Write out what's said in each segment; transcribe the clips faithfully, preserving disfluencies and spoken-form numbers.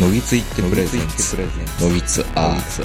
のぎついってプレゼンツのぎつアー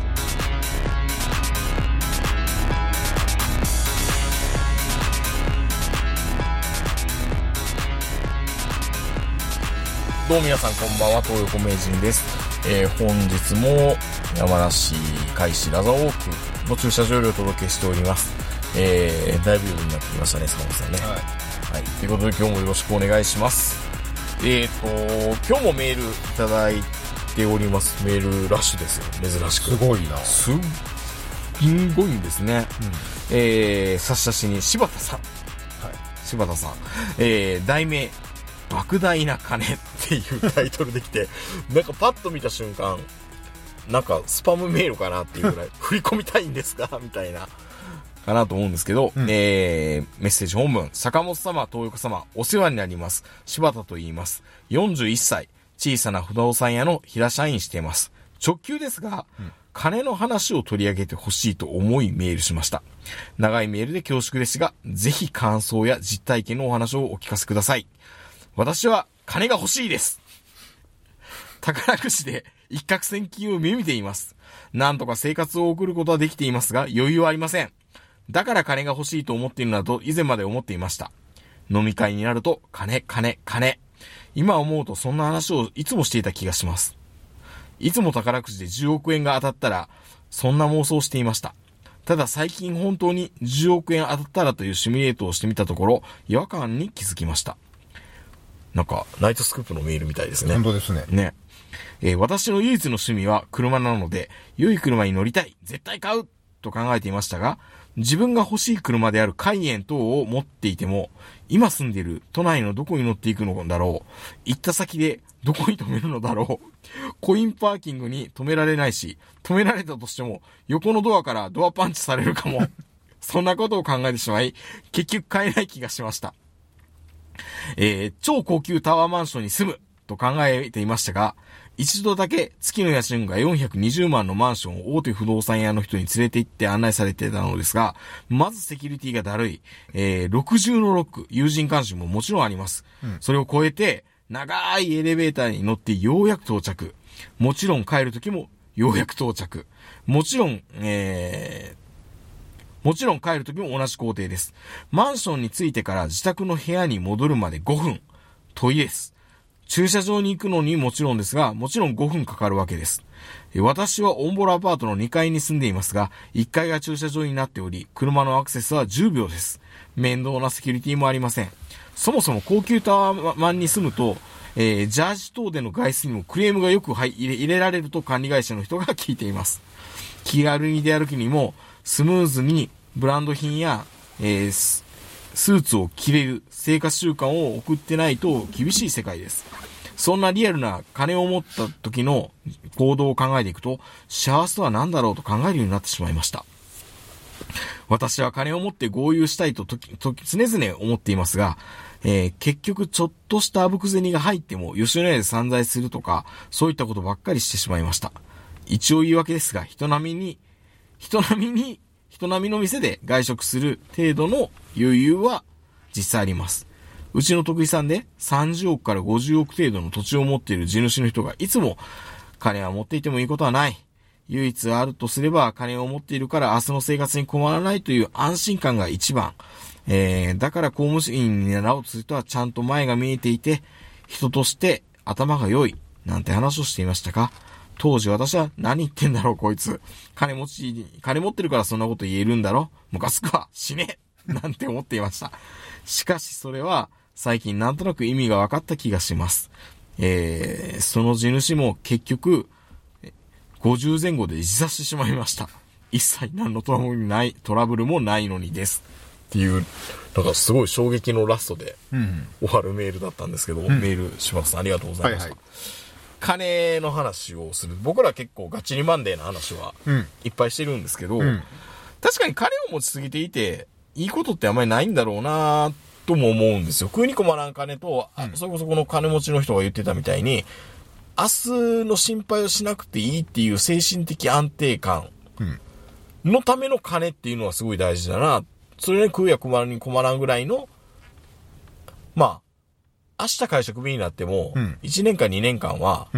どうも皆さんこんばんは、東横名人です。えー、本日も山梨海市ラザーウォークの駐車場よりお届けしております。えー、だいぶ夜になってきましたね、坂本さんね。はい。はい。ということで今日もよろしくお願いします。えーと、今日もメールいただいております。メールラッシュですよ、珍しく。 すごいな。 すっごいんですね。うん、えー、差出に柴田さん。はい。柴田さん。えー、題名、莫大な金っていうタイトルできて、なんかパッと見た瞬間、なんかスパムメールかなっていうぐらい、振り込みたいんですかみたいな、かなと思うんですけど、うん、えー、メッセージ本文、坂本様、東横様、お世話になります。柴田と言います。よんじゅういっさい、小さな不動産屋の平社員しています。直球ですが、うん、金の話を取り上げてほしいと思いメールしました。長いメールで恐縮ですが、ぜひ感想や実体験のお話をお聞かせください。私は金が欲しいです。宝くじで一攫千金を夢見ています。なんとか生活を送ることはできていますが、余裕はありません。だから金が欲しいと思っているなど以前まで思っていました。飲み会になると金、金、金。今思うとそんな話をいつもしていた気がします。いつも宝くじでじゅうおくえんが当たったら、そんな妄想をしていました。ただ最近本当にじゅうおくえん当たったらというシミュレートをしてみたところ、違和感に気づきました。なんか、ナイトスクープのメールみたいですね。 本当ですね。 ね。えー、私の唯一の趣味は車なので、良い車に乗りたい、絶対買うと考えていましたが、自分が欲しい車であるカイエン等を持っていても、今住んでいる都内のどこに乗っていくのだろう、行った先でどこに止めるのだろう、コインパーキングに止められないし、止められたとしても、横のドアからドアパンチされるかも。そんなことを考えてしまい、結局買えない気がしました。えー、超高級タワーマンションに住むと考えていましたが、一度だけ月の家賃がよんひゃくにじゅうまんのマンションを大手不動産屋の人に連れて行って案内されていたのですが、まずセキュリティがだるい、えー、ろくじゅうのロック、有人監視ももちろんあります。うん、それを超えて、長いエレベーターに乗ってようやく到着。もちろん帰るときもようやく到着。もちろん、えー、もちろん帰るときも同じ工程です。マンションに着いてから自宅の部屋に戻るまでごふん。遠いです。駐車場に行くのにもちろんですが、もちろんごふんかかるわけです。私はオンボロアパートのにかいに住んでいますが、いっかいが駐車場になっており、車のアクセスはじゅうびょうです。面倒なセキュリティもありません。そもそも高級タワーマンに住むと、えー、ジャージ等での外出にもクレームがよく入れ、入れられると管理会社の人が聞いています。気軽に出歩きにも、スムーズにブランド品や、えー、スーツを着れる生活習慣を送ってないと厳しい世界です。そんなリアルな金を持った時の行動を考えていくと、幸せとは何だろうと考えるようになってしまいました。私は金を持って豪遊したいととき、とき、常々思っていますが、えー、結局ちょっとしたあぶく銭が入っても吉野家で散財するとか、そういったことばっかりしてしまいました。一応言い訳ですが、人並みに、人並みに、人並みの店で外食する程度の余裕は実際あります。うちの得意さんでさんじゅうおくからごじゅうおく程度の土地を持っている地主の人がいつも金は持っていてもいいことはない。唯一あるとすれば金を持っているから明日の生活に困らないという安心感が一番。えー、だから公務員になろうとする人はちゃんと前が見えていて、人として頭が良い。なんて話をしていましたか。当時私は何言ってんだろうこいつ。金持ち、金持ってるからそんなこと言えるんだろ。ムカつくわ。死ね。なんて思っていました。しかしそれは最近なんとなく意味が分かった気がします。えー、その地主も結局ごじゅうぜん後で自殺してしまいました。一切何のトラブルもない、トラブルもないのにです。っていう、なんかすごい衝撃のラストで終わるメールだったんですけど、うん、メールしますありがとうございました。はいはい、金の話をする。僕ら結構ガチリマンデーな話はいっぱいしてるんですけど、うん、確かに金を持ちすぎていて、いいことってあんまりないんだろうなとも思うんですよ。食うに困らん金と、うん、それこそこの金持ちの人が言ってたみたいに、明日の心配をしなくていいっていう精神的安定感のための金っていうのはすごい大事だな。それに食うや困るに困らんぐらいの、まあ、明日会社クビになっても、いちねんかんにねんかんは、うん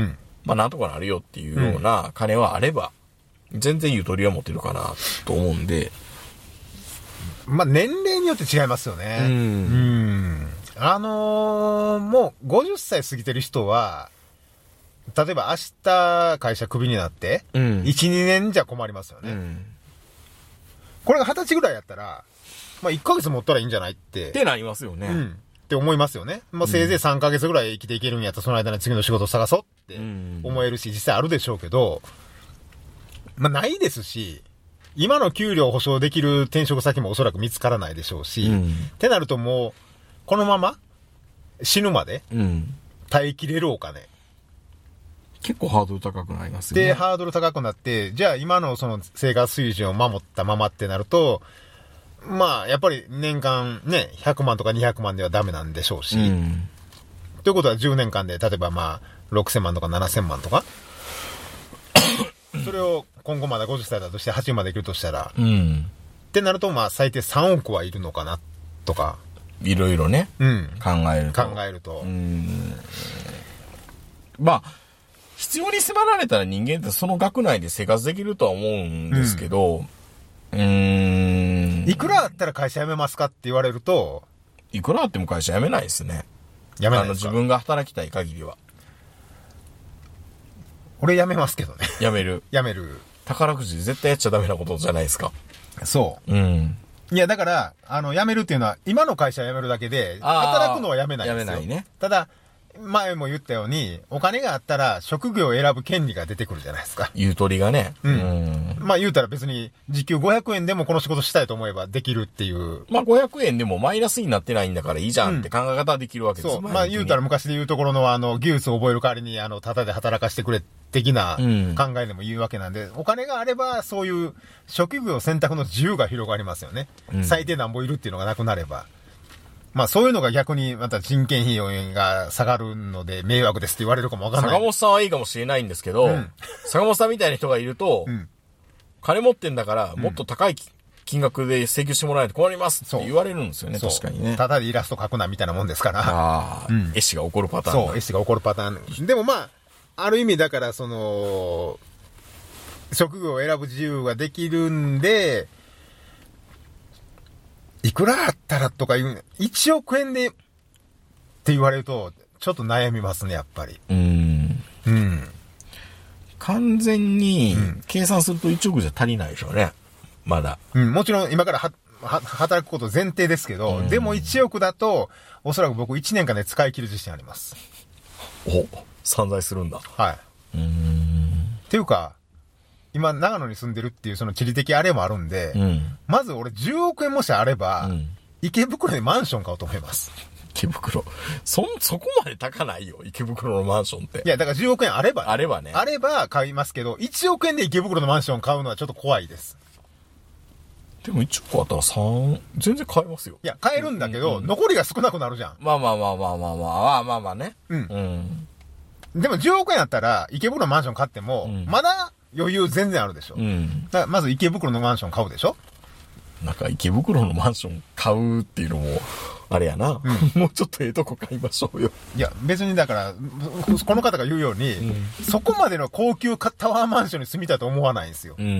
まあなんとかなるよっていうような金はあれば、全然ゆとりは持てるかなと思うんで。 まあ年齢によって違いますよね。 うん。うん。あのー、もうごじゅっさい過ぎてる人は、例えば明日会社クビになって、 うん、 いち、にねんじゃ困りますよね。うん、これがはたちぐらいやったら、まあいっかげつ持ったらいいんじゃないって。 ってなりますよね。うん。 って思いますよね。まあせいぜいさんかげつぐらい生きていけるんやったらその間に次の仕事を探そうって思えるし、実際あるでしょうけど、まあないですし、今の給料を保証できる転職先もおそらく見つからないでしょうし、うん、ってなるともう、このまま死ぬまで耐えきれるお金。 結構ハードル高くなりますよね。 で、ハードル高くなって、じゃあ今のその生活水準を守ったままってなると、まあ、やっぱり年間ね、ひゃくまんとかにひゃくまんではダメなんでしょうし、うん、ということはじゅうねんかんで、例えばまあ、ろくせんまんとかななせんまんとか、それを今後まだごじゅっさいだとしてはちじゅうまでいけるとしたら、うん、ってなるとまあ最低さんおくはいるのかな、とか。 いろいろね、うん、考えると。 考えると。 うん、まあ、必要に迫られたら人間ってその額内で生活できるとは思うんですけど、うん、うーん。 いくらあったら会社辞めますかって言われると、 いくらあっても会社辞めないですね。 辞めないですか？ あの自分が働きたい限りは。 俺辞めますけどね。 辞める。 辞める。 宝くじで絶対やっちゃダメなことじゃないですか。 そう。 うん。 いや、だから、あの、辞めるっていうのは、今の会社辞めるだけで、働くのは辞めないんですよ。 辞めないね。 ただ、前も言ったように、お金があったら職業を選ぶ権利が出てくるじゃないですか。 ゆとりがね。 うん。うんまあ言うたら別に時給ごひゃくえんでもこの仕事したいと思えばできるっていう。 まあごひゃくえんでもマイナスになってないんだからいいじゃんって考え方はできるわけですよ、 うん、そう。まあ言うたら昔で言うところのあの、技術を覚える代わりにあの、タダで働かせてくれ的な考えでも言うわけなんで、うん、お金があればそういう職業選択の自由が広がりますよね。うん、最低なんぼいるっていうのがなくなれば。まあそういうのが逆にまた人件費用が下がるので迷惑ですって言われるかもわかんない。 坂本さんはいいかもしれないんですけど、うん、坂本さんみたいな人がいると、うん、金持ってんだからもっと高い金額で請求してもらえないと困りますって言われるんですよね、確かにね。 ただでイラスト描くなみたいなもんですから。 ああ、うん、絵師が起こるパターン。 そう、絵師が起こるパターン。でもまあ、ある意味だからその、職業を選ぶ自由ができるんで、いくらあったらとかいう、いちおくえんでって言われると、ちょっと悩みますね、やっぱり。 うん。うん。完全に、計算するといちおくじゃ足りないでしょうね。まだ。 うん、もちろん今からは、は、働くこと前提ですけど、うん、でもいちおくだと、おそらく僕いちねんかんで使い切る自信あります。 お、散財するんだ。 はい。うーん。っていうか、今、長野に住んでるっていうその地理的あれもあるんで、うん、まず俺じゅうおくえんもしあれば、うん、池袋でマンション買おうと思います。 池袋。そ、そこまで高ないよ、池袋のマンションって。 いや、だからじゅうおくえんあれば、ね、 あればね。 あれば買いますけど、いちおくえんで池袋のマンション買うのはちょっと怖いです。 でもいちおくあったらさん、全然買えますよ。 いや、買えるんだけど、うんうん、残りが少なくなるじゃん。 まあまあまあまあまあまあ、まあまあまあね。 うん。うん、でもじゅうおくえんあったら、池袋のマンション買っても、うん、まだ、余裕全然あるでしょ。うん。だからまず池袋のマンション買うでしょ。 なんか池袋のマンション買うっていうのも、あれやな。うん、もうちょっとええとこ買いましょうよ。 いや、別にだから、この方が言うように、うん、そこまでの高級タワーマンションに住みたいと思わないんですよ。うん。うん。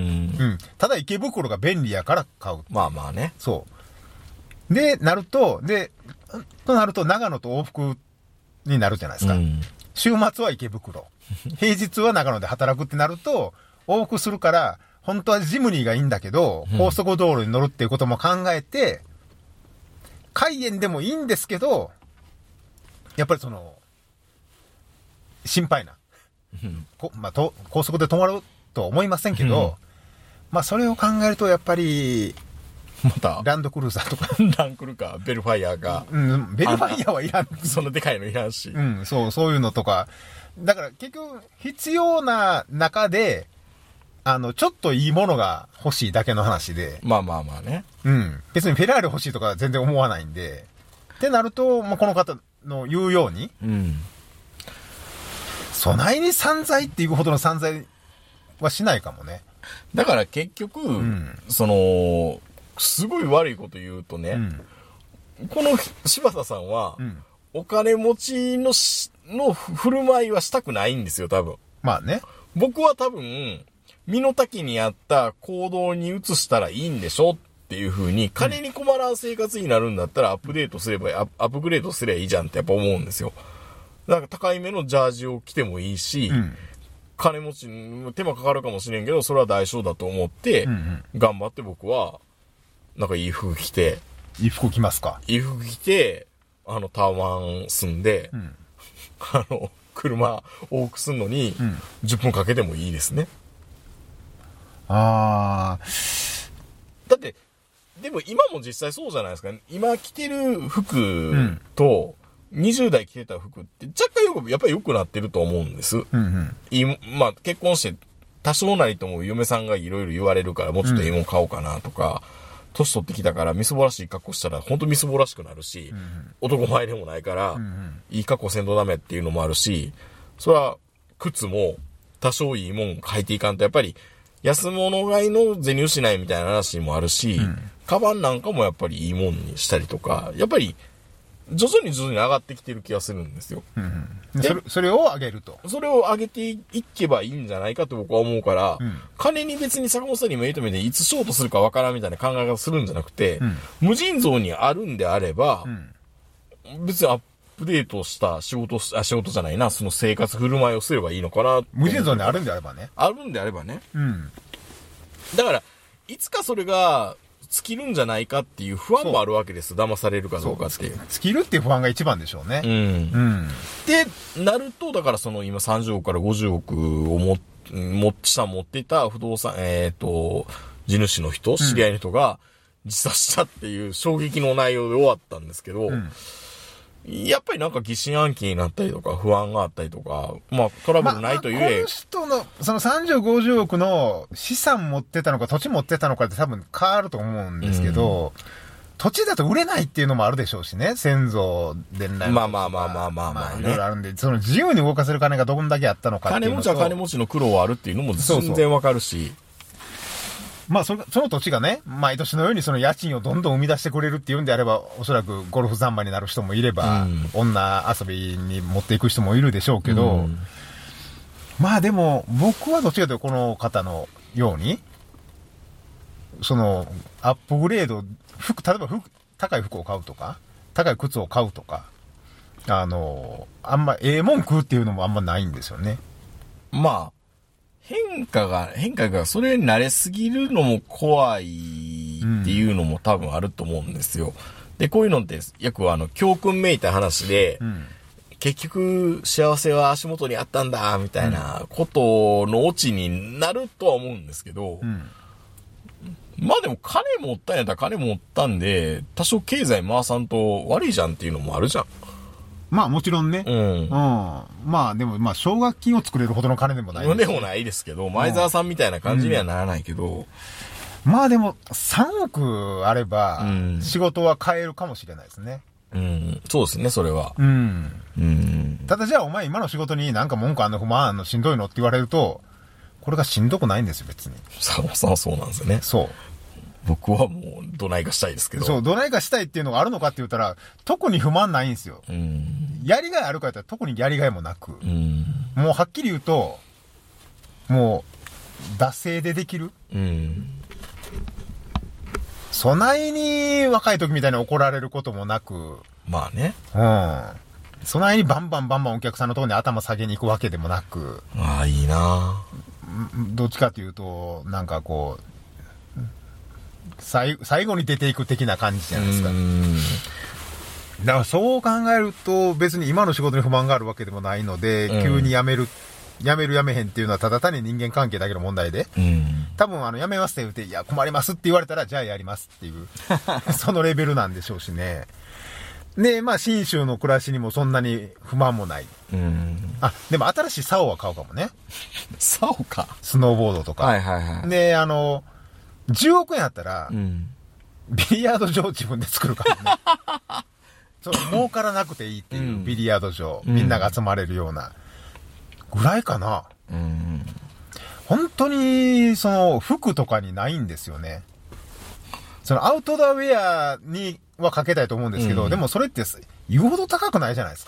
ただ池袋が便利やから買う。 まあまあね。 そう。で、なると、で、となると長野と往復になるじゃないですか。うん、週末は池袋。平日は長野で働くってなると、往復するから、本当はジムニーがいいんだけど、高速道路に乗るっていうことも考えて、海縁でもいいんですけど、やっぱりその、心配な。こまあ、と高速で止まるとは思いませんけど、まあそれを考えるとやっぱり、 また、 ランドクルーザーとか。 ランクルか、ベルファイアが。 うん、ベルファイアはいらん。 そんなでかいのいらんし。 うん、そう、そういうのとか。だから結局、必要な中で、あの、ちょっといいものが欲しいだけの話で。 まあまあまあね。 うん。別にフェラーリ欲しいとかは全然思わないんで。ってなると、まあ、この方の言うように、うん。備えに散財っていうほどの散財はしないかもね。 だから結局、うん、その、すごい悪いこと言うとね、うん、この柴田さんは、うん、お金持ちのし、の振る舞いはしたくないんですよ、多分。 まあね。 僕は多分、身の丈に合った行動に移したらいいんでしょっていう風に、金に困らん生活になるんだったらアップデートすれば、アップグレードすればいいじゃんってやっぱ思うんですよ。なんか高いめのジャージを着てもいいし、うん、金持ちに手間かかるかもしれんけど、それは代償だと思って、うんうん、頑張って僕は、なんかいい服着て、 いい服着ますか？ いい服着て、あの、タワマン住んで、うん、あの、車多くすんのに、じゅっぷんかけてもいいですね。 うん、ああ。 だって、でも今も実際そうじゃないですか。今着てる服と、にじゅう代着てた服って若干よく、やっぱり良くなってると思うんです。うんうん、いい、まあ結婚して多少なりとも嫁さんがいろいろ言われるからもうちょっといいもん買おうかなとか、年取ってきたからみすぼらしい格好したら本当みすぼらしくなるし、うんうん、男前でもないから、うんうん、いい格好せんとダメっていうのもあるし、それは靴も多少いいもん履いていかんとやっぱり安物買いの銭失いみたいな話もあるし、うん、カバンなんかもやっぱりいいもんにしたりとか、やっぱり徐々に徐々に上がってきてる気がするんですよ。 うんうん、それ、それを上げると。 それを上げていけばいいんじゃないかと僕は思うから、うん、金に別に坂本さんに目と目でいつショートするかわからんみたいな考え方するんじゃなくて、うん、無尽蔵にあるんであれば、うん、別にアップデートした仕事、あ、仕事じゃないな、その生活振る舞いをすればいいのかな。 無尽蔵にあるんであればね。 あるんであればね。うん。だから、いつかそれが、尽きるんじゃないかっていう不安もあるわけです。騙されるかどうかっていう。 尽きるっていう不安が一番でしょうね。うん。 うん。で、なると、だからその今さんじゅうおくからごじゅうおくをも、もっち持っていた不動産、えっと、地主の人、知り合いの人が自殺したっていう衝撃の内容で終わったんですけど、うん、やっぱりなんか疑心暗鬼になったりとか不安があったりとか、まあトラブルないという、まあ、 この人のそのさんじゅう、ごじゅうおくの資産持ってたのか土地持ってたのかって多分変わると思うんですけど、うん、土地だと売れないっていうのもあるでしょうしね、先祖伝来の。 まあまあまあまあまあまあ、ね、 いろいろあるんで、その自由に動かせる金がどこんだけあったのかっていうのと。 金持ちは金持ちの苦労はあるっていうのも全然わかるし。そうそう、 まあそ、その土地がね、毎年のようにその家賃をどんどん生み出してくれるっていうんであれば、おそらくゴルフ三昧になる人もいれば、うん、女遊びに持っていく人もいるでしょうけど、うん、まあでも、僕はどっちかというとこの方のように、その、アップグレード、服、例えば服、高い服を買うとか、高い靴を買うとか、あの、あんま、ええもん食うっていうのもあんまないんですよね。 まあ、変化が、変化がそれに慣れすぎるのも怖いっていうのも多分あると思うんですよ。で、こういうのってよくあの、教訓めいた話で、うん、結局幸せは足元にあったんだ、みたいなことのオチになるとは思うんですけど、うん、まあでも金持ったんやったら金持ったんで、多少経済回さんと悪いじゃんっていうのもあるじゃん。 まあもちろんね。うん。うん。まあでも、まあ奨学金を作れるほどの金でもないです、 ね。でもないですけど、前澤さんみたいな感じにはならないけど。うんうん、まあでも、さんおくあれば、仕事は変えるかもしれないですね。 うん。そうですね、それは。 うん。うん。ただじゃあお前今の仕事になんか文句あんの不満あんのしんどいのって言われると、これがしんどくないんですよ、別に。 そうそうそうなんですよね。 そう。 僕はもう、どないかしたいですけど。 そう、どないかしたいっていうのがあるのかって言ったら、特に不満ないんですよ。うん、やりがいあるかって言ったら特にやりがいもなく、うん、もうはっきり言うと、もう、惰性でできる。うん、そないに若い時みたいに怒られることもなく、 まあね。 うん。そないにバンバンバンバンお客さんのところに頭下げに行くわけでもなく。 ああ、いいな。 どっちかっていうと、なんかこう、最, 最後に出ていく的な感じじゃないですか。うんだからそう考えると別に今の仕事に不満があるわけでもないので、うん、急に辞める辞める辞めへんっていうのはただ単に人間関係だけの問題で、うん、多分あの辞めますって言っていや困りますって言われたらじゃあやりますっていうそのレベルなんでしょうしね。でまあ信州の暮らしにもそんなに不満もない。うん、あでも新しい竿は買うかもね。 竿か。 スノーボードとか。 はいはいはい。 であのじゅうおくえんあったら、うん、ビリヤード場自分で作るからね。そう、儲からなくていいっていう、うん、ビリヤード場、みんなが集まれるような、ぐらいかな。うん、本当に、その、服とかにないんですよね。その、アウトドアウェアにはかけたいと思うんですけど、うん、でもそれって、言うほど高くないじゃないですか。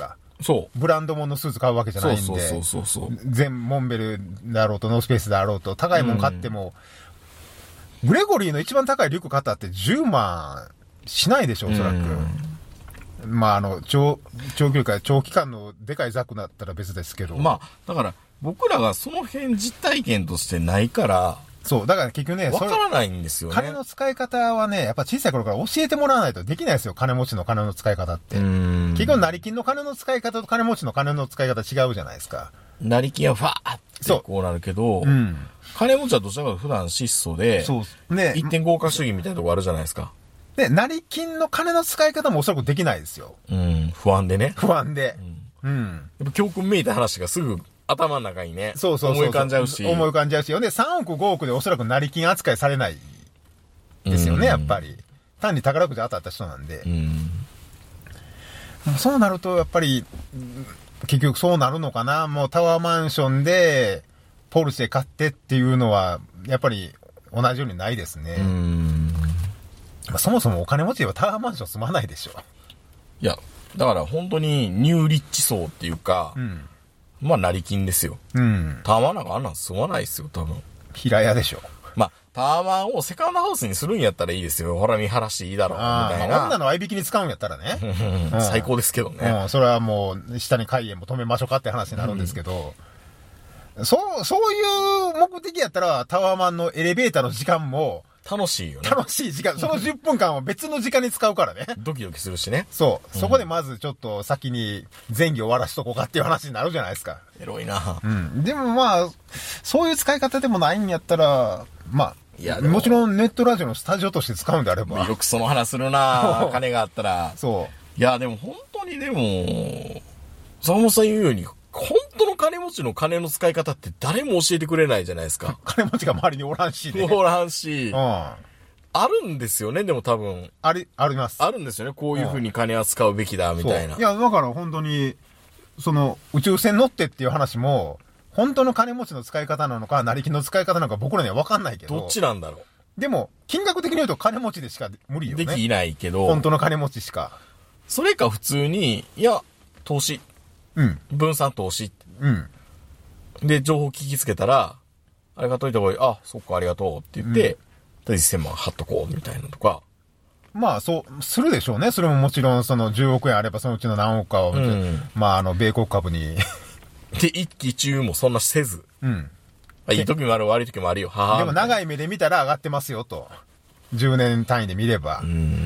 そう。 ブランド物のスーツ買うわけじゃないんで。 そうそうそうそう。 全モンベルだろうとノースペースだろうと、高いもん買っても、うん、グレゴリーの一番高いリュック買ったってじゅうまんしないでしょ、おそらく。うん、まあ、あの、長、長距離か長期間のでかいザックだったら別ですけど。 まあ、だから、僕らがその辺実体験としてないから、 そう、だから結局ね、 わからないんですよね。 金の使い方はね、やっぱ小さい頃から教えてもらわないとできないですよ、金持ちの金の使い方って。結局、成金の金の使い方と金持ちの金の使い方違うじゃないですか。 成金はファーってこうなるけど、うん、金持ちはどちらかと普段質素で、そうね、一点合格主義みたいなとこあるじゃないですか。 で、成金の金の使い方もおそらくできないですよ。 うん、不安でね。 不安で。うん。うん、 やっぱ教訓めいた話がすぐ、頭の中にね、そうそうそうそう思い浮かんじゃうし。 思い浮かんじゃうし。で、さんおくごおくでおそらく成金扱いされないですよね、やっぱり。単に宝くじ当たった人なんで。うん、そうなると、やっぱり、結局そうなるのかな。もうタワーマンションで、ポルシェ買ってっていうのは、やっぱり同じようにないですね。うんまあ、そもそもお金持ちはタワーマンション住まないでしょ。 いや、だから本当にニューリッチ層っていうか、うんまあ、成金ですよ。うん。タワマンなんかあんなん住まないですよ、多分。 平屋でしょ。 まあ、タワマンをセカンドハウスにするんやったらいいですよ。ほら見晴らしていいだろう、みたいな。 まあ、女の合いびきに使うんやったらね。 うん、最高ですけどね。 うん、それはもう、下に海塩も止めましょうかって話になるんですけど、うん、そう、そういう目的やったら、タワマンのエレベーターの時間も、 楽しいよね。 楽しい時間。そのじゅっぷんかんは別の時間に使うからね。 ドキドキするしね。 そう。そこでまずちょっと先に前儀終わらしとこうかっていう話になるじゃないですか。 エロいな。 うん。でもまあ、そういう使い方でもないんやったら、まあ、いやもちろんネットラジオのスタジオとして使うんであれば。 よくその話するな金があったら。 そう。 いや、でも本当にでも、坂本さん言うように、本当の金持ちの金の使い方って誰も教えてくれないじゃないですか。 金持ちが周りにおらんしね。 おらんし。うん。あるんですよね、でも多分。 あり、あります。 あるんですよね、こういう風に金は使うべきだ、みたいな。 いや、だから本当に、その、宇宙船乗ってっていう話も、本当の金持ちの使い方なのか、成金の使い方なのか僕らには分かんないけど。 どっちなんだろう。でも、金額的に言うと金持ちでしか無理よね。 できないけど。 本当の金持ちしか。 それか普通に、いや、投資。うん。分散投資。うん。で、情報聞きつけたら、あれ買っといた方がいい。あ、そっか、ありがとうって言って、うん、せんまん貼っとこう、みたいなとか。 まあ、そう、するでしょうね。それももちろん、そのじゅうおくえんあれば、そのうちの何億かを、うん、まあ、あの、米国株に。 で、一喜一憂もそんなせず。うん。いい時もある、悪い時もあるよ。ははでも、長い目で見たら上がってますよ、と。じゅうねん単位で見れば。うん。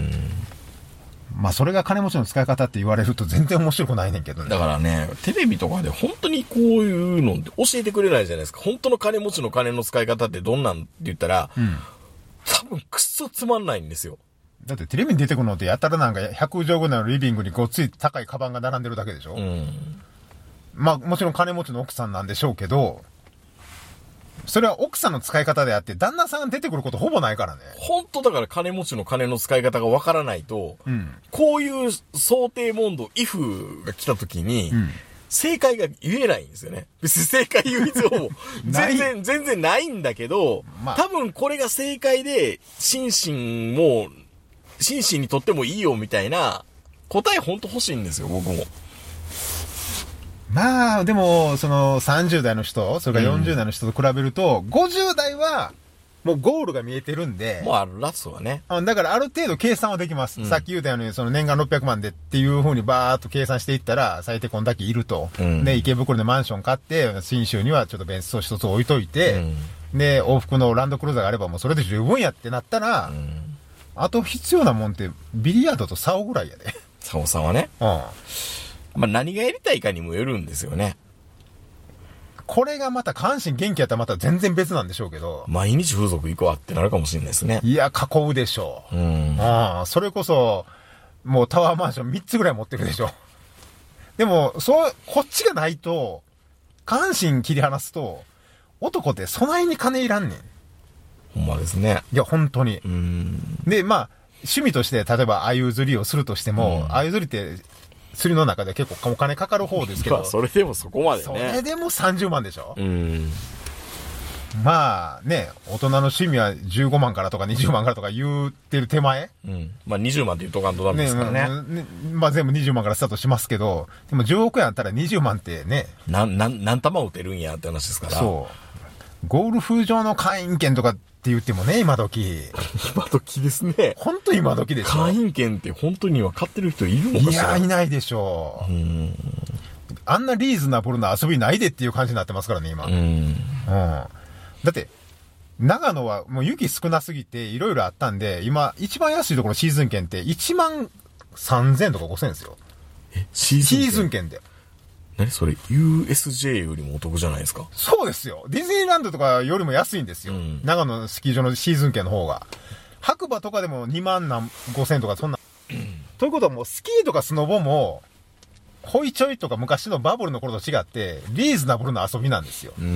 まあ、それが金持ちの使い方って言われると全然面白くないねんけどね。 だからね、テレビとかで本当にこういうのって教えてくれないじゃないですか。本当の金持ちの金の使い方ってどんなんって言ったら、うん、多分くっそつまんないんですよ。 だってテレビに出てくるのってやたらなんかひゃくじょうぐらいのリビングにごっつい高いカバンが並んでるだけでしょ。うん、まあ、もちろん金持ちの奥さんなんでしょうけど、それは奥さんの使い方であって、旦那さんが出てくることほぼないからね。 本当だから金持ちの金の使い方がわからないと、うん、こういう想定問答、イフが来た時に、うん、正解が言えないんですよね。別に正解言う必要も全然、全然ないんだけど、まあ、多分これが正解で、心身も、心身にとってもいいよみたいな答え本当欲しいんですよ、僕も。 まあ、でも、そのさんじゅうだいの人、それからよんじゅうだいの人と比べると、うん、ごじゅうだいは、もうゴールが見えてるんで。 もうあるラストはね。 だからある程度計算はできます。うん、さっき言ったように、その年間ろっぴゃくまんでっていう風にバーっと計算していったら、最低こんだけいると。うん、で、池袋でマンション買って、新州にはちょっと別荘一つ置いといて、うん、で、往復のランドクルーザーがあればもうそれで十分やってなったら、うん、あと必要なもんってビリヤードとサオぐらいやで。 サオさんはね。うん。まあ、何がやりたいかにもよるんですよね。 これがまた関心元気やったらまた全然別なんでしょうけど。 毎日風俗行こうってなるかもしれないですね。 いや、囲うでしょう。うん。ああ、それこそ、もうタワーマンションみっつぐらい持ってるでしょ。でも、そう、こっちがないと、関心切り離すと、男って備えに金いらんねん。 ほんまですね。 いや、本当に。うん。で、まあ、趣味として、例えば、あゆ釣りをするとしても、あゆ釣りって、釣りの中で結構お金かかる方ですけど。 それでもそこまでね。 それでもさんじゅうまんでしょ。うん。 まあね、大人の趣味はじゅうごまんからとかにじゅうまんからとか言ってる手前。 うん。まあにじゅうまんって言うとかんとダメですからね。 ね、ねまあ全部にじゅうまんからスタートしますけど、でもじゅうおくえんあったらにじゅうまんってね。 なん、なん、何玉打てるんやって話ですから。 そう。ゴルフ場の会員権とかって言ってもね、今時。 今時ですね。 本当今時でしょ。 会員権って本当に今買ってる人いるのかしら。 いや、いないでしょう。うん。あんなリーズナブルな遊びないでっていう感じになってますからね、今。うん。うん。だって、長野はもう雪少なすぎていろいろあったんで、今、一番安いところのシーズン券っていちまんさんぜんとかごせんですよ。 え、シーズン券？ シーズン券で。 何それ ユーエスジェー よりもお得じゃないですか？ そうですよ。ディズニーランドとかよりも安いんですよ。うん、長野のスキー場のシーズン券の方が。白馬とかでもにまんごせんとかそんな。うん、ということはもうスキーとかスノボも、ホイチョイとか昔のバブルの頃と違って、リーズナブルな遊びなんですよ。うん、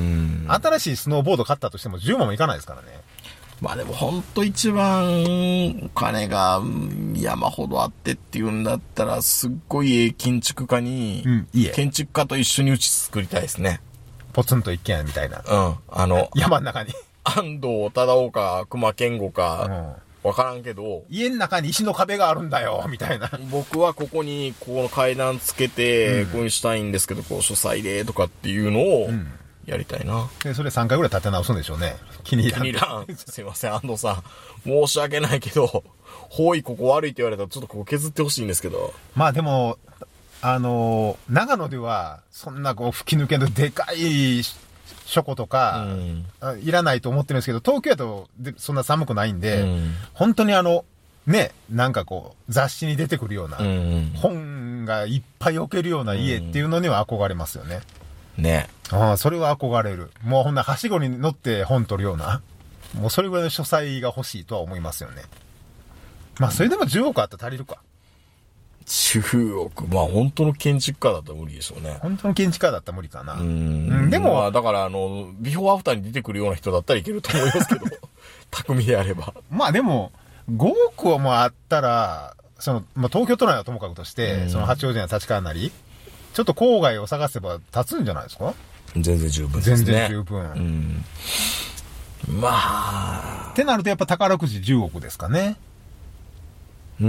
新しいスノーボード買ったとしてもじゅうまんもいかないですからね。まあでもほんと一番お金が山ほどあってっていうんだったら、すっごい建築家に、うん、いい建築家と一緒にうち作りたいですね。 ポツンと一軒家みたいな。 うん。あの、 山の中に。 安藤忠雄か、熊健吾か、うんわからんけど。 家の中に石の壁があるんだよ、みたいな。 僕はここに、ここの階段つけて、こうにしたいんですけど、こう、書斎で、とかっていうのを、やりたいな。 で、それさんかいぐらい立て直すんでしょうね。気に入らん。 気に入らん。すいません、安藤さん。申し訳ないけど、方位ここ悪いって言われたら、ちょっとここ削ってほしいんですけど。 まあでも、あのー、長野では、そんなこう、吹き抜けのでかい、書庫とか、うん、いらないと思ってるんですけど、東京だとでそんな寒くないんで、うん、本当にあの、ね、なんかこう、雑誌に出てくるような、うん、本がいっぱい置けるような家っていうのには憧れますよね。 ね。 ああ、それは憧れる。もうほんなはしごに乗って本取るような、もうそれぐらいの書斎が欲しいとは思いますよね。まあ、それでもじゅうおくあったら足りるか。 じゅうおく。まあ本当の建築家だったら無理でしょうね。 本当の建築家だったら無理かな。 うん。でも、まあだからあの、ビフォーアフターに出てくるような人だったらいけると思いますけど、匠であれば。 まあでも、ごおくもあったら、その、まあ東京都内はともかくとして、その八王子や立川なり、ちょっと郊外を探せば立つんじゃないですか？ 全然十分ですね。 全然十分。 うん。まあ。 ってなるとやっぱ宝くじじゅうおくですかね。 うん。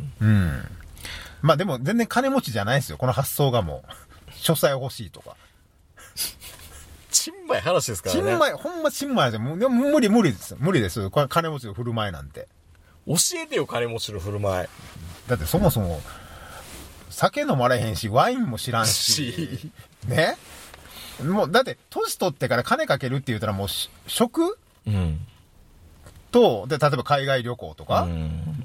うん。まあでも全然金持ちじゃないですよ。この発想がもう。書斎欲しいとか。 ちんまい話ですからね。 ちんまい、ほんまちんまいですよ。もうでも無理無理です。無理です。これ金持ちの振る舞いなんて。 教えてよ、金持ちの振る舞い。 だってそもそも、酒飲まれへんし、ワインも知らんし。ね？もう、だって、年取ってから金かけるって言ったらもう、食、うん、と、で、例えば海外旅行とか、うん、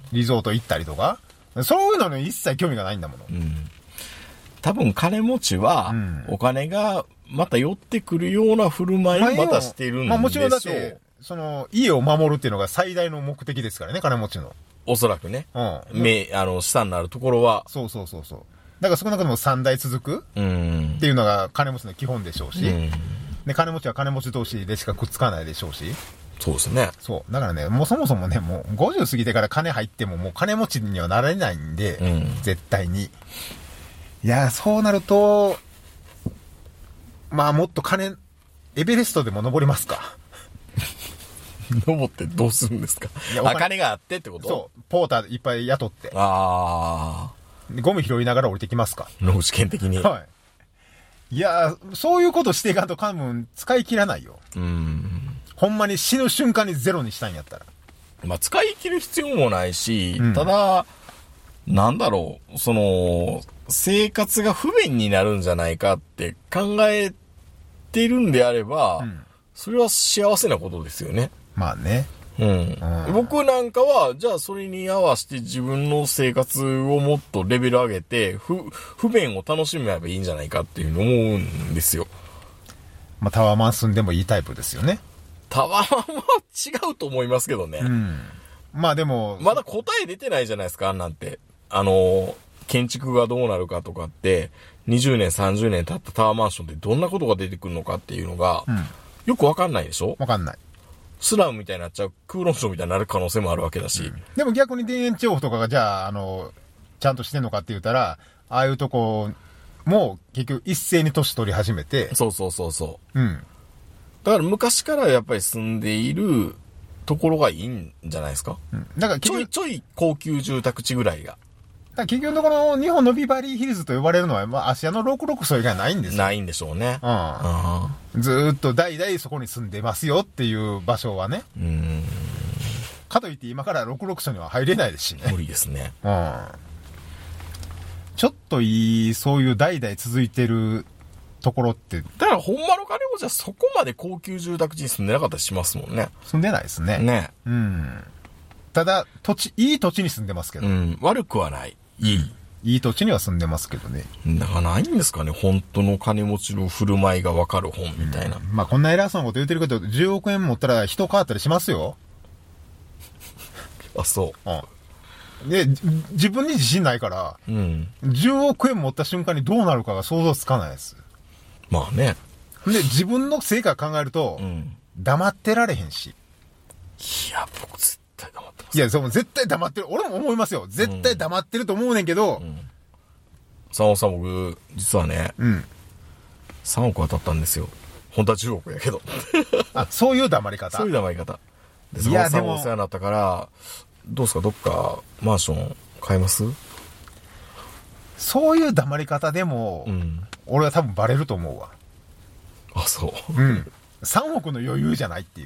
リゾート行ったりとか、そういうのに一切興味がないんだもの。うん、 多分金持ちは、お金がまた寄ってくるような振る舞いをまたしてるんでしょう。まあもちろんだって、 その、家を守るっていうのが最大の目的ですからね、金持ちの。 おそらくね。うん。目、あの、下になるところは。 そうそうそうそう。だから少なくとも三代続くっていうのが金持ちの基本でしょうし、うん、で、金持ちは金持ち同士でしかくっつかないでしょうし。 そうですね。 そう。だからね、もうそもそもね、もうごじゅう過ぎてから金入ってももう金持ちにはなれないんで、うん、絶対に。いや、そうなると、まあもっと金、エベレストでも登りますか。 登ってどうするんですか？あ、金があってってこと？ そう。ポーターいっぱい雇って。 ああ。ゴミ拾いながら降りてきますか？ 農試験的に。 はい。いや、そういうことしていかんと多分使い切らないよ。うん。ほんまに死ぬ瞬間にゼロにしたいんやったら。 まあ、使い切る必要もないし、うん、ただ、なんだろう、その、生活が不便になるんじゃないかって考えてるんであれば、うん、それは幸せなことですよね。 まあね。 うん。うん、僕なんかは、じゃあそれに合わせて自分の生活をもっとレベル上げて、不、不便を楽しめばいいんじゃないかっていうのを思うんですよ。 まあタワーマン住んでもいいタイプですよね。 タワーマンは違うと思いますけどね。うん。 まあでも。 まだ答え出てないじゃないですか、なんて。あの、建築がどうなるかとかって、にじゅうねん、さんじゅうねん経ったタワーマンションでどんなことが出てくるのかっていうのが、うん、よくわかんないでしょ？ わかんない。 スラムみたいになっちゃう、空論省みたいになる可能性もあるわけだし。うん、 でも逆に田園調布とかがじゃあ、あの、ちゃんとしてんのかって言ったら、ああいうとこも結局一斉に年取り始めて。 そうそうそうそう。 うん。 だから昔からやっぱり住んでいるところがいいんじゃないですか。 うん。だからちょいちょい高級住宅地ぐらいが。 だから結局のこの日本のビバリーヒルズと呼ばれるのは、まあ、芦屋のろくろく層以外ないんですよ。 ないんでしょうね。 うん。ずーっと代々そこに住んでますよっていう場所はね。 うん。 かといって今からろくろく層には入れないですしね。 無理ですね。 うん。ちょっといい、そういう代々続いてるところって。 だからほんまの金持ちはそこまで高級住宅地に住んでなかったりしますもんね。 住んでないですね。 ね。 うん。ただ、土地、いい土地に住んでますけど。 うん。悪くはない。いい。 いい土地には住んでますけどね。 だからないんですかね。本当の金持ちの振る舞いがわかる本みたいな。 うん、まあこんな偉そうなこと言ってるけど、じゅうおくえん持ったら人変わったりしますよ。 あ、そう。 うん。で、自分に自信ないから、うん。じゅうおくえん持った瞬間にどうなるかが想像つかないです。 まあね。 で、自分の成果考えると、うん、黙ってられへんし。 いや、僕絶対黙ってます。 いや、そう、絶対黙ってる。俺も思いますよ。絶対黙ってると思うねんけど。うん。 さんおくさん僕、実はね、うん。さんおく当たったんですよ。本当はじゅうおくやけど。 あ、そういう黙り方。 そういう黙り方。で、さんおくさんお世話になったから、どうすか、どっかマンション買います？ そういう黙り方でも、うん、俺は多分バレると思うわ。 あ、そう。 うん。さんおくの余裕じゃないっていう。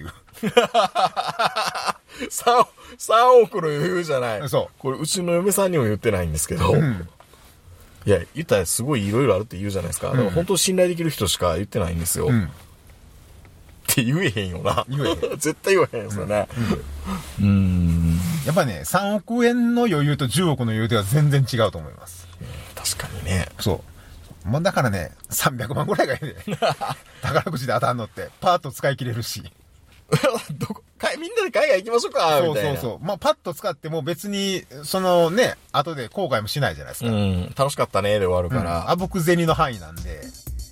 3, さんおくの余裕じゃない。 そう。 これ、うちの嫁さんにも言ってないんですけど、うん、いや、言ったらすごいいろいろあるって言うじゃないですか。うん、だから本当信頼できる人しか言ってないんですよ。うん、って言えへんよな。 言えへん。 絶対言えへんですよね。 うん。うん、やっぱね、さんおくえんの余裕とじゅうおくの余裕では全然違うと思います。 確かにね。 そう。もうだからね、さんびゃくまんぐらいがいいね。宝くじで当たんのって、パーッと使い切れるし。 どこ、みんなで海外行きましょうかみたいな。 そうそうそう。まあ、パッと使っても別に、そのね、後で後悔もしないじゃないですか。 うん。楽しかったね、で終わるから。 うん、あぶく銭の範囲なんで。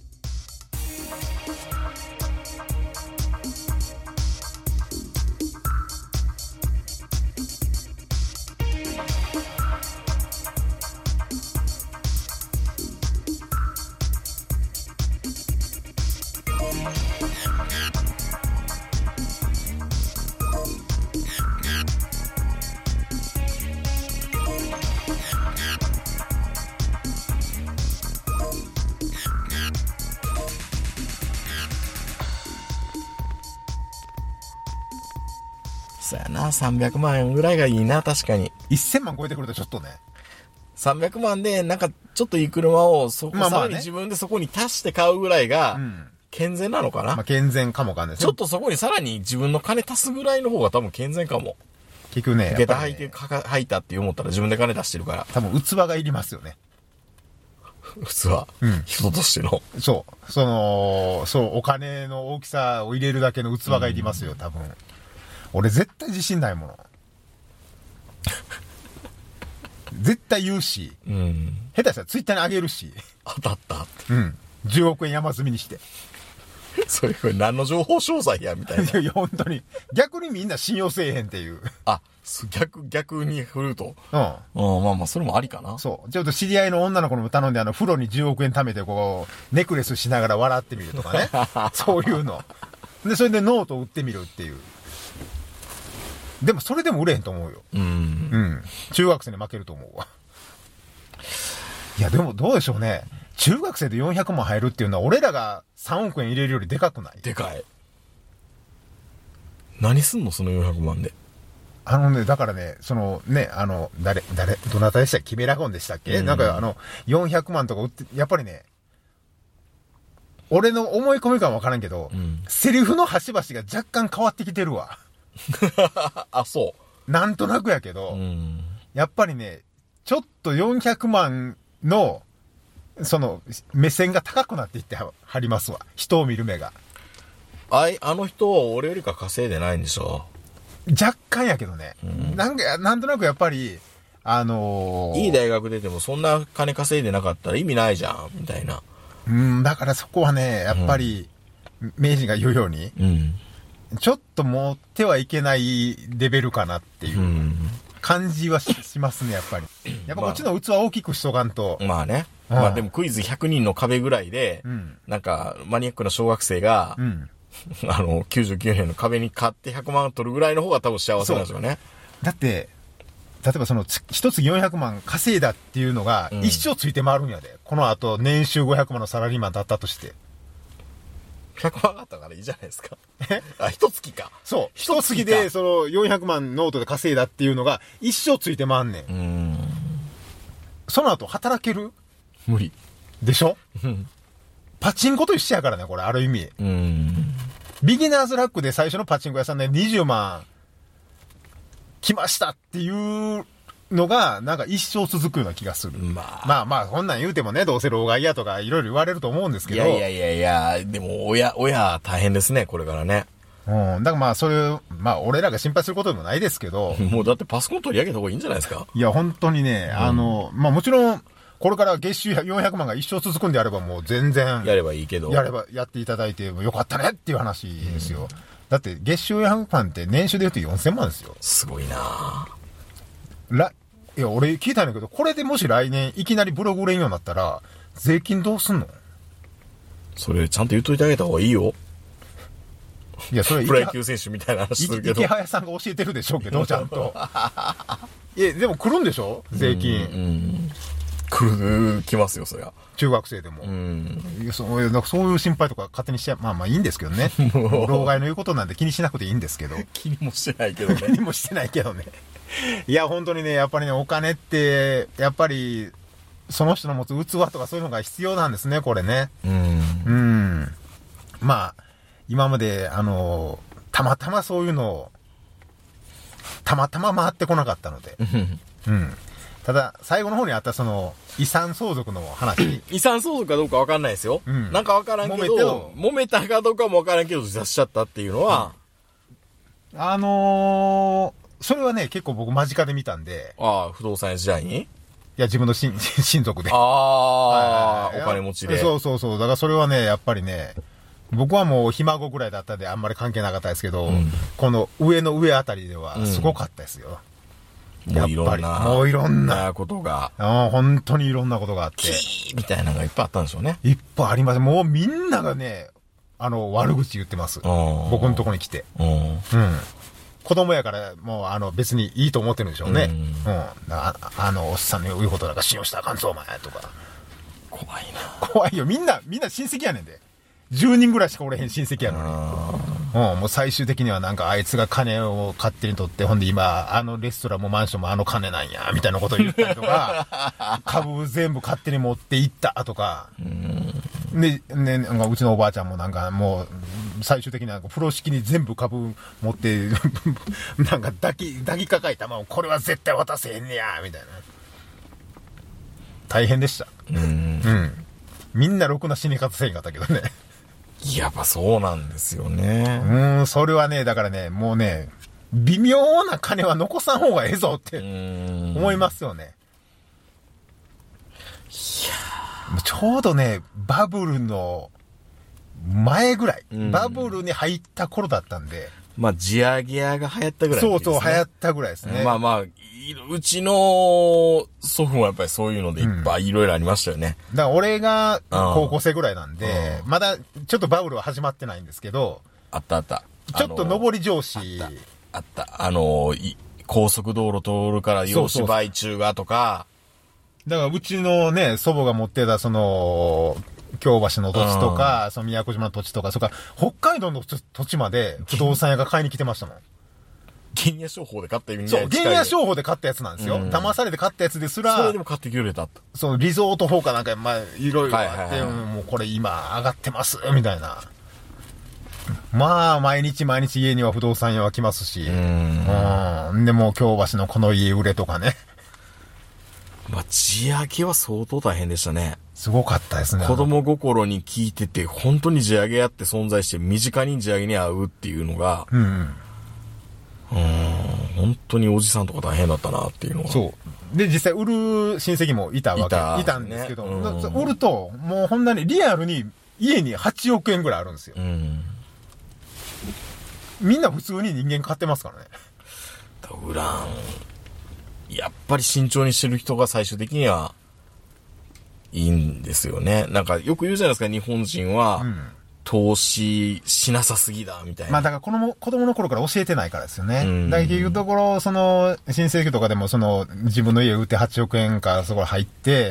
そうやな、さんびゃくまんえんぐらいがいいな、確かに。 せんまん超えてくるとちょっとね。 さんびゃくまんで、なんか、ちょっといい車を、そこ、まあまあね、さらに自分でそこに足して買うぐらいが、健全なのかな。 まあ、健全かもかんないですちょっとそこにさらに自分の金足すぐらいの方が多分健全かも。 結局ね、 下駄履いて、履いたって思ったら自分で金出してるから。 多分器がいりますよね。 器。うん。人としての。 そう。その、そう、お金の大きさを入れるだけの器がいりますよ、多分。俺絶対自信ないもの。絶対言うし、うん、下手したらツイッターにあげるし。 当たったって。 うん。じゅうおくえん山積みにして。 それこれ何の情報商材やみたいな。 いやいや、本当に。逆にみんな信用せえへんっていう。 あ、逆、逆に振ると。うん。うん、まあまあ、それもありかな。 そう。ちょっと知り合いの女の子にも頼んで、あの、風呂にじゅうおくえん貯めて、こう、ネックレスしながら笑ってみるとかね。そういうの。で、それでノート売ってみるっていう。でもそれでも売れへんと思うよ。うん。うん。中学生に負けると思うわ。いや、でもどうでしょうね。中学生でよんひゃくまん入るっていうのは、俺らがさんおくえん入れるよりでかくない？ でかい。何すんのそのよんひゃくまんで。 あのね、だからね、そのね、あの、誰、誰、どなたでしたっけ？キメラゴンでしたっけ？うん、なんかあの、よんひゃくまんとか売って、やっぱりね、俺の思い込みかもわからんけど、うん、セリフの端々が若干変わってきてるわ。 あ、そう。 なんとなくやけど、うん、やっぱりね、ちょっとよんひゃくまんの、その、目線が高くなっていってはりますわ。人を見る目が。 あい、あの人は俺よりか稼いでないんでしょ？ 若干やけどね。うん、なんか、なんとなくやっぱり、あのー、 いい大学出てもそんな金稼いでなかったら意味ないじゃん、みたいな。 うん、だからそこはね、やっぱり、うん、名人が言うように、うんちょっと持ってはいけないレベルかなっていう感じは し, しますね、やっぱり。やっぱこっちの器大きくしとかんと。 まあね。うん、まあでもクイズひゃくにんの壁ぐらいで、うん、なんかマニアックな小学生が、うん、 あの、きゅうじゅうきゅうねんの壁に買ってひゃくまん取るぐらいの方が多分幸せなんですよね。 だって、例えばその、一月よんひゃくまん稼いだっていうのが、一生ついて回るんやで。うん、この後、年収ごひゃくまんのサラリーマンだったとして。 ひゃくまんあったからいいじゃないですか。えあ、一月か。 そう。一月で、その、よんひゃくまんノートで稼いだっていうのが、一生ついて回んねん。うん。その後、働ける？ 無理。 でしょ？パチンコと一緒やからね、これ、ある意味。 うん。 ビギナーズラックで最初のパチンコ屋さんでにじゅうまん来ましたっていうのが、なんか一生続くような気がする。まあまあまあ、こんなん言うてもね、どうせ老害やとかいろいろ言われると思うんですけど。 いやいやいやいや、でも親、親大変ですね、これからね。 うん。だからまあ、そういう、まあ、俺らが心配することでもないですけど。 もうだってパソコン取り上げた方がいいんじゃないですか？ いや、本当にね、うん、あの、まあもちろん、これから月収よんひゃくまんが一生続くんであればもう全然。 やればいいけど。 やれば、やっていただいてよかったねっていう話ですよ。うん、だって月収よんひゃくまんって年収で言うとよんせんまんですよ。 すごいなぁ。 ら、いや、俺聞いたんだけど、これでもし来年いきなりブログ売れんようになったら、税金どうすんの？ それちゃんと言っといてあげた方がいいよ。 いや、それ、 プロ野球選手みたいな話するけど。 池早さんが教えてるでしょうけど、ちゃんと。いや、でも来るんでしょ？税金。うんうん来る、来ますよ、そりゃ。 中学生でも。うん。いや、そう、なんかそういう心配とか勝手にしちゃ、まあまあいいんですけどね。老害の言うことなんで気にしなくていいんですけど。 気にもしてないけどね。 気にもしてないけどね。いや、本当にね、やっぱりね、お金って、やっぱり、その人の持つ器とかそういうのが必要なんですね、これね。うん。うん。まあ、今まで、あの、たまたまそういうのを、たまたま回ってこなかったので。うん。ただ、最後の方にあったその、遺産相続の話。 遺産相続かどうかわかんないですよ。うん、なんかわからんけど、揉めて、揉めたかどうかもわからんけど自殺しちゃったっていうのは、 うん、あのー、それはね、結構僕間近で見たんで。 ああ、不動産屋時代に？ いや、自分の親親族で。 ああ、はい、お金持ちで。 そうそうそう。だからそれはね、やっぱりね、僕はもうひ孫ぐらいだったんであんまり関係なかったですけど、うん、この上の上あたりではすごかったですよ。うんもういろんな、 もういろんなことが。 ああ、本当にいろんなことがあって。 キーみたいなのがいっぱいあったんでしょうね。 いっぱいあります。もうみんながね、あの、悪口言ってます。僕のとこに来て。うん。子供やから、もうあの、別にいいと思ってるんでしょうね。うん。うん、あ, あの、おっさんの言うことなんか信用したらあかんぞ、お前、とか。 怖いな。 怖いよ。みんな、みんな親戚やねんで。じゅうにんぐらいしかおれへん親戚やのに。うん、もう最終的にはなんかあいつが金を勝手に取って、ほんで今、あのレストランもマンションもあの金なんや、みたいなことを言ったりとか、株全部勝手に持っていったとか、で、ね、なんかうちのおばあちゃんもなんかもう、最終的になんか風呂敷に全部株持って、なんか抱き、抱きかかえたまま、これは絶対渡せへんねや、みたいな。大変でした。うん。うん。みんなろくな死に方せへんかったけどね。 やっぱそうなんですよね。 うん、それはね、だからね、もうね、微妙な金は残さん方がええぞって思いますよね。いやちょうどね、バブルの前ぐらい、バブルに入った頃だったんで。 まあ、地上げ屋が流行ったぐらいですね。 そうそう、流行ったぐらいですね。 まあまあ、うちの祖父もやっぱりそういうのでいっぱいいろいろありましたよね。 うん、だから俺が高校生ぐらいなんで、まだちょっとバブルは始まってないんですけど。 あったあった。 ちょっと上り上司。 あった。あった。あの、高速道路通るから用紙売中がとか。 だからうちのね、祖母が持ってたその、京橋の土地とか、その宮古島の土地とか、それから北海道の土地まで不動産屋が買いに来てましたもん。 原野商法で買った意味そう、原野商法で買ったやつなんですよ。うん、騙されて買ったやつですら。 それでも買ってくれたと。 そう、リゾート法かなんか、まあ、いろいろあって、はいはいはい、もうこれ今上がってます、みたいな。まあ、毎日毎日家には不動産屋は来ますし。うん。うん。でも、京橋のこの家売れとかね。 まあ、地上げは相当大変でしたね。 すごかったですね。 子供心に聞いてて、本当に地上げ屋って存在して、身近に地上げに会うっていうのが、うん、うん。うん、本当におじさんとか大変だったなっていうのは。 そう。で、実際売る親戚もいたわけ。いた、いたんですけど、うん、売ると、もうほんなにリアルに家にはちおくえんぐらいあるんですよ。うん、みんな普通に人間買ってますからね。 売らん。やっぱり慎重にしてる人が最終的にはいいんですよね。なんかよく言うじゃないですか、日本人は、 投資しなさすぎだ、みたいな。 まあだから子供、子供の頃から教えてないからですよね。 うん、 だから結局ところ、その、新世紀とかでもその、自分の家売ってはちおくえんかそこ入って、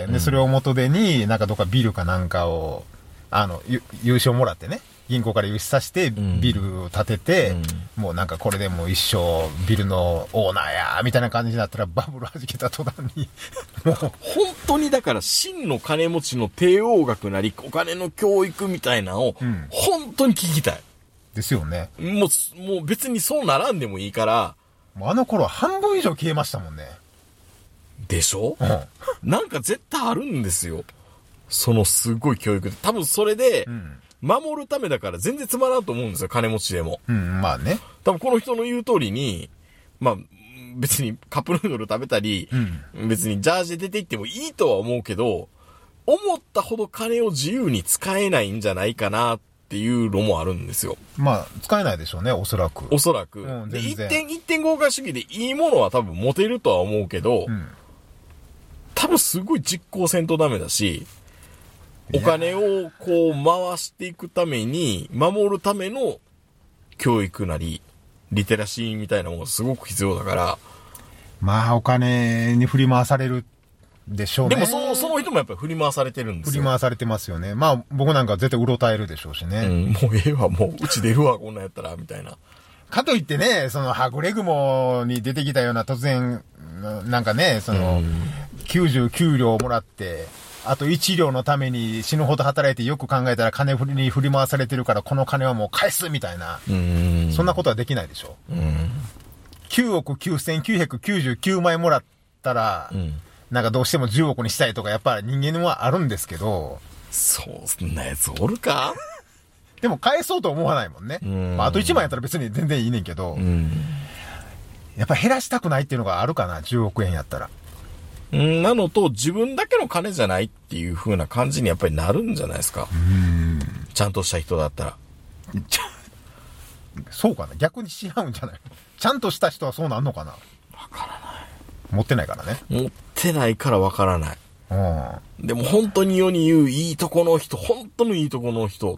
で、それを元手に、なんかどっかビルかなんかを、あの、融資をもらってね、銀行から融資させて、ビルを建てて、うん、もうなんかこれでもう一生ビルのオーナーや、みたいな感じになったらバブル弾けた途端に、もう。 本当にだから真の金持ちの帝王学なり、お金の教育みたいなのを、本当に聞きたい。 ですよね。 もう、もう別にそうならんでもいいから。 もうあの頃は半分以上消えましたもんね。 でしょ、 うん、 なんか絶対あるんですよ。そのすごい教育で。多分それで、うん守るためだから全然つまらんと思うんですよ、金持ちでも。 うん、まあね。 多分この人の言う通りに、まあ、別にカップヌードル食べたり、うん、別にジャージで出て行ってもいいとは思うけど、思ったほど金を自由に使えないんじゃないかなっていうのもあるんですよ。 まあ、使えないでしょうね、おそらく。 おそらく。 うん、 で、一点、一点合格主義でいいものは多分持てるとは思うけど、うん、多分すごい実行せんとダメだし、お金をこう回していくために、守るための教育なり、リテラシーみたいなものがすごく必要だから。 まあ、お金に振り回されるでしょうね。 でもその、その人もやっぱり振り回されてるんですよ。 振り回されてますよね。まあ、僕なんか絶対うろたえるでしょうしね。 うん、もうええわ、もう、うち出るわ、こんなんやったら、みたいな。 かといってね、その、はぐれ雲に出てきたような突然、なんかね、その、きゅうじゅうきゅうりょうもらって、あといち両のために死ぬほど働いてよく考えたら金振りに振り回されてるからこの金はもう返すみたいな。うんそんなことはできないでしょ。うんきゅうおくきゅうせんきゅうひゃくきゅうじゅうきゅうまいもらったら、うん、なんかどうしてもじゅうおくにしたいとかやっぱり人間はあるんですけど。 そんなやつおるかでも返そうと思わないもんね。んまあ、あといちまいやったら別に全然いいねんけど。うんやっぱ減らしたくないっていうのがあるかな、じゅうおくえんやったら。 んなのと、自分だけの金じゃないっていう風な感じにやっぱりなるんじゃないですか。うんちゃんとした人だったら。 そうかな逆に違うんじゃないちゃんとした人はそうなんのかなわからない。 持ってないからね。 持ってないからわからない。 うん。 でも本当に世に言ういいとこの人、本当のいいとこの人って、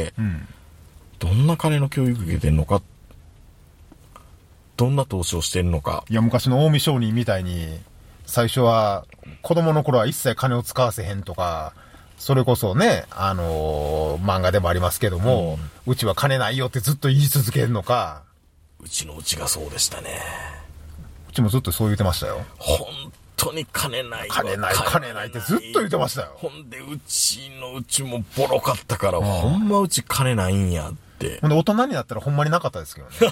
うん、どんな金の教育受けてんのか、どんな投資をしてんのか。 いや、昔の近江商人みたいに、最初は、子供の頃は一切金を使わせへんとか、それこそね、あのー、漫画でもありますけども、うん、うちは金ないよってずっと言い続けるのか。 うちのうちがそうでしたね。 うちもずっとそう言ってましたよ。 本当に金ないわ。 金ない、金ないってずっと言ってましたよ。 ほんで、うちのうちもボロかったから、うん、ほんまうち金ないんやって。 ほんで、大人になったらほんまになかったですけどね。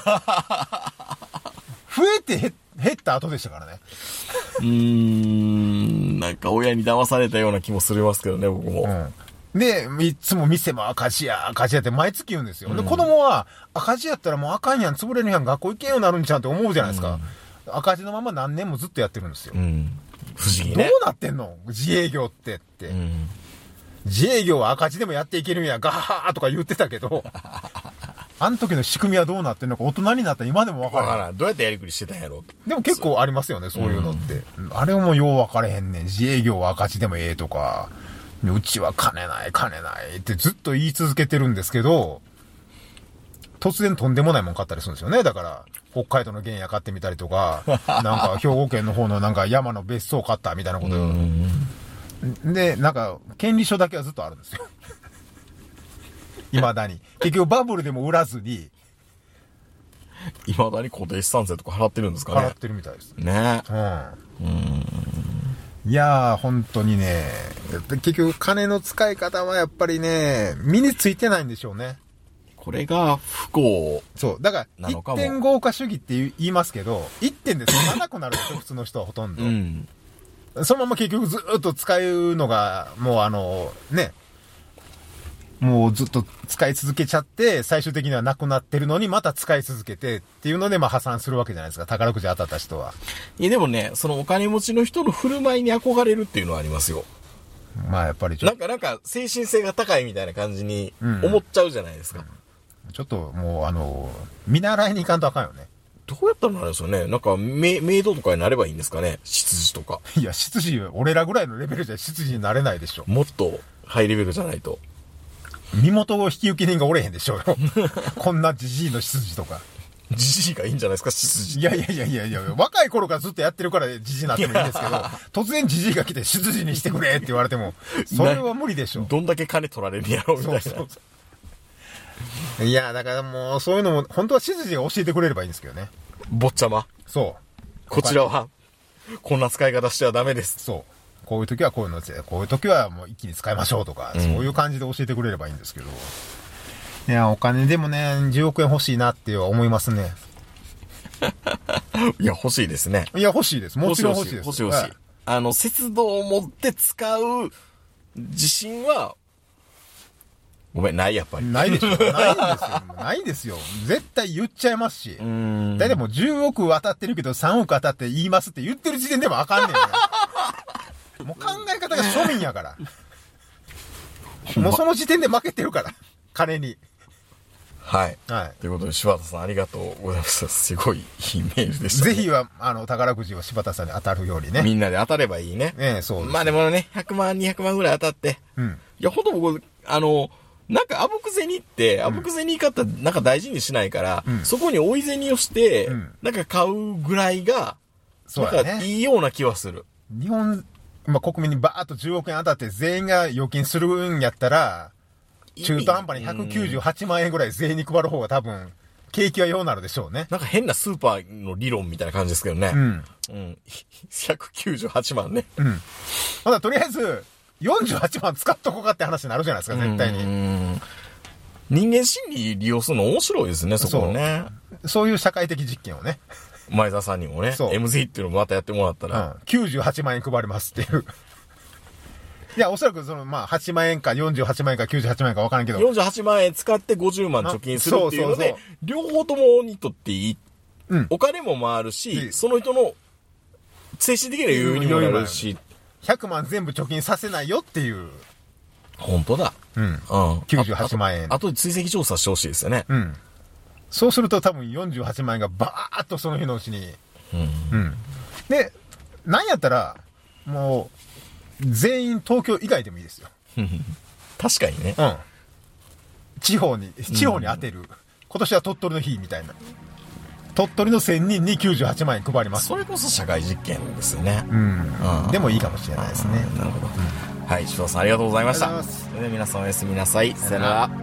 増えて減った後でしたからね。 うーん、なんか親に騙されたような気もするますけどね、僕も。 うん、で、いつも店も赤字や、赤字やって毎月言うんですよ。うん、で、子供は赤字やったらもうあかんやん、潰れるやん、学校行けんようになるんちゃうって思うじゃないですか。うん、赤字のまま何年もずっとやってるんですよ。うん、 不思議ね。 どうなってんの自営業ってって。うん、自営業は赤字でもやっていけるんや、ガハーとか言ってたけど、あの時の仕組みはどうなってんのか大人になったら今でも分からない。 分からん。どうやってやりくりしてたんやろ。 でも結構ありますよね、そういうのって。うん、あれもよう分かれへんねん。自営業は赤字でもええとか、うちは金ない、金ないってずっと言い続けてるんですけど、突然とんでもないもん買ったりするんですよね。だから、北海道の原野買ってみたりとか、なんか兵庫県の方のなんか山の別荘買ったみたいなことを。で、なんか、権利書だけはずっとあるんですよ。未だに。結局バブルでも売らずに。 未だに固定資産税とか払ってるんですかね。 払ってるみたいです。 ねうん。うんいやー、本当にね、結局金の使い方はやっぱりね、身についてないんでしょうね。 これが不幸。 そう。だから、一点豪華主義って言いますけど、一点で済まなくなるでしょ、普通の人はほとんど。うん。そのまま結局ずっと使うのが、もうあの、ね、もうずっと使い続けちゃって、最終的にはなくなってるのにまた使い続けてっていうので、まあ破産するわけじゃないですか。宝くじ当たった人は。 いやでもね、そのお金持ちの人の振る舞いに憧れるっていうのはありますよ。 まあやっぱりちょっと。なんかなんか精神性が高いみたいな感じに思っちゃうじゃないですか。うんうん、ちょっともうあの、見習いに行かんとあかんよね。 どうやったらなるんですよね。なんかメ、メイドとかになればいいんですかね。執事とか。 いや、執事、俺らぐらいのレベルじゃ執事になれないでしょ。 もっとハイレベルじゃないと。 身元を引き受け人がおれへんでしょうよ。こんなじじいの執事とか。 じじいがいいんじゃないですか、執事。 いやいやいやいやいや、若い頃からずっとやってるからじじいになってもいいんですけど、突然じじいが来て執事にしてくれって言われても、それは無理でしょ。 どんだけ金取られるんやろうみたいな。そうそうそう。いや、だからもうそういうのも、本当は執事が教えてくれればいいんですけどね。 坊ちゃま。 そう。 こちらは、こんな使い方してはダメです。 そう。こういう時はこういうので、こういう時はもう一気に使いましょうとか、うん、そういう感じで教えてくれればいいんですけど。いや、お金でもね、じゅうおくえん欲しいなって思いますね。 いや、欲しいですね。 いや、欲しいです。もちろん欲しいです。 欲しい欲しい。欲しい。あの、節度を持って使う自信は、ごめん、ない、やっぱり。 ないでしょ。ないんですよ。ないですよ。絶対言っちゃいますし。うん。だいたいもうじゅうおく当たってるけどさんおく当たって言いますって言ってる時点でもあかんねんから。もう考え方が庶民やから。もうその時点で負けてるから。金に。 はい。 はい。 ということで、柴田さんありがとうございます。すごいいいメールでした、 ね。ぜひは、あの、宝くじを柴田さんに当たるようにね。 みんなで当たればいいね。 ええ、そうです。 まあでもね、ひゃくまん、にひゃくまんぐらい当たって。うん。いや、ほんと僕、あの、なんか、あぶく銭って、あぶく銭買ったらなんか大事にしないから、うん、そこに追い銭をして、うん、なんか買うぐらいが、そうだね。なんかいいような気はする。 日本、まあ、国民にバーッとじゅうおくえん当たって全員が預金するんやったら、中途半端にひゃくきゅうじゅうはちまんえんぐらい全員に配る方が多分、景気はようなるでしょうね。 なんか変なスーパーの理論みたいな感じですけどね。うん。うん。ひゃくきゅうじゅうはちまんね。うん。 まだとりあえず、よんじゅうはちまん使っとこうかって話になるじゃないですか、絶対に。うん人間心理利用するの面白いですね、そこはね。 そう。そういう社会的実験をね。 前澤さんにもね、エムゼット っていうのをまたやってもらったら。 うん、きゅうじゅうはちまんえん配りますっていう。いや、おそらくその、まあ、はちまんえんかよんじゅうはちまんえんかきゅうじゅうはちまんえんか分からんけど。 よんじゅうはちまんえん使ってごじゅうまん貯金するっていうので、そうそうそう両方ともにとっていい。うん。お金も回るし、うん、その人の精神的な余裕にもなるし。 ひゃくまん全部貯金させないよっていう。 本当だ。うん。うん。 きゅうじゅうはちまんえん。 あとで追跡調査してほしいですよね。 うん。そうすると多分よんじゅうはちまんえんがバーッとその日のうちに。うん。うん。で、なんやったら、もう、全員東京以外でもいいですよ。 確かにね。 うん。地方に、地方に当てる。うん、今年は鳥取の日みたいな。鳥取のせんにんにきゅうじゅうはちまんえん配ります。 それこそ社会実験ですよね。 うん。うん、でもいいかもしれないですね。 なるほど。うん、はい、柴田さんありがとうございました。それでは皆さんおやすみなさい。さよなら。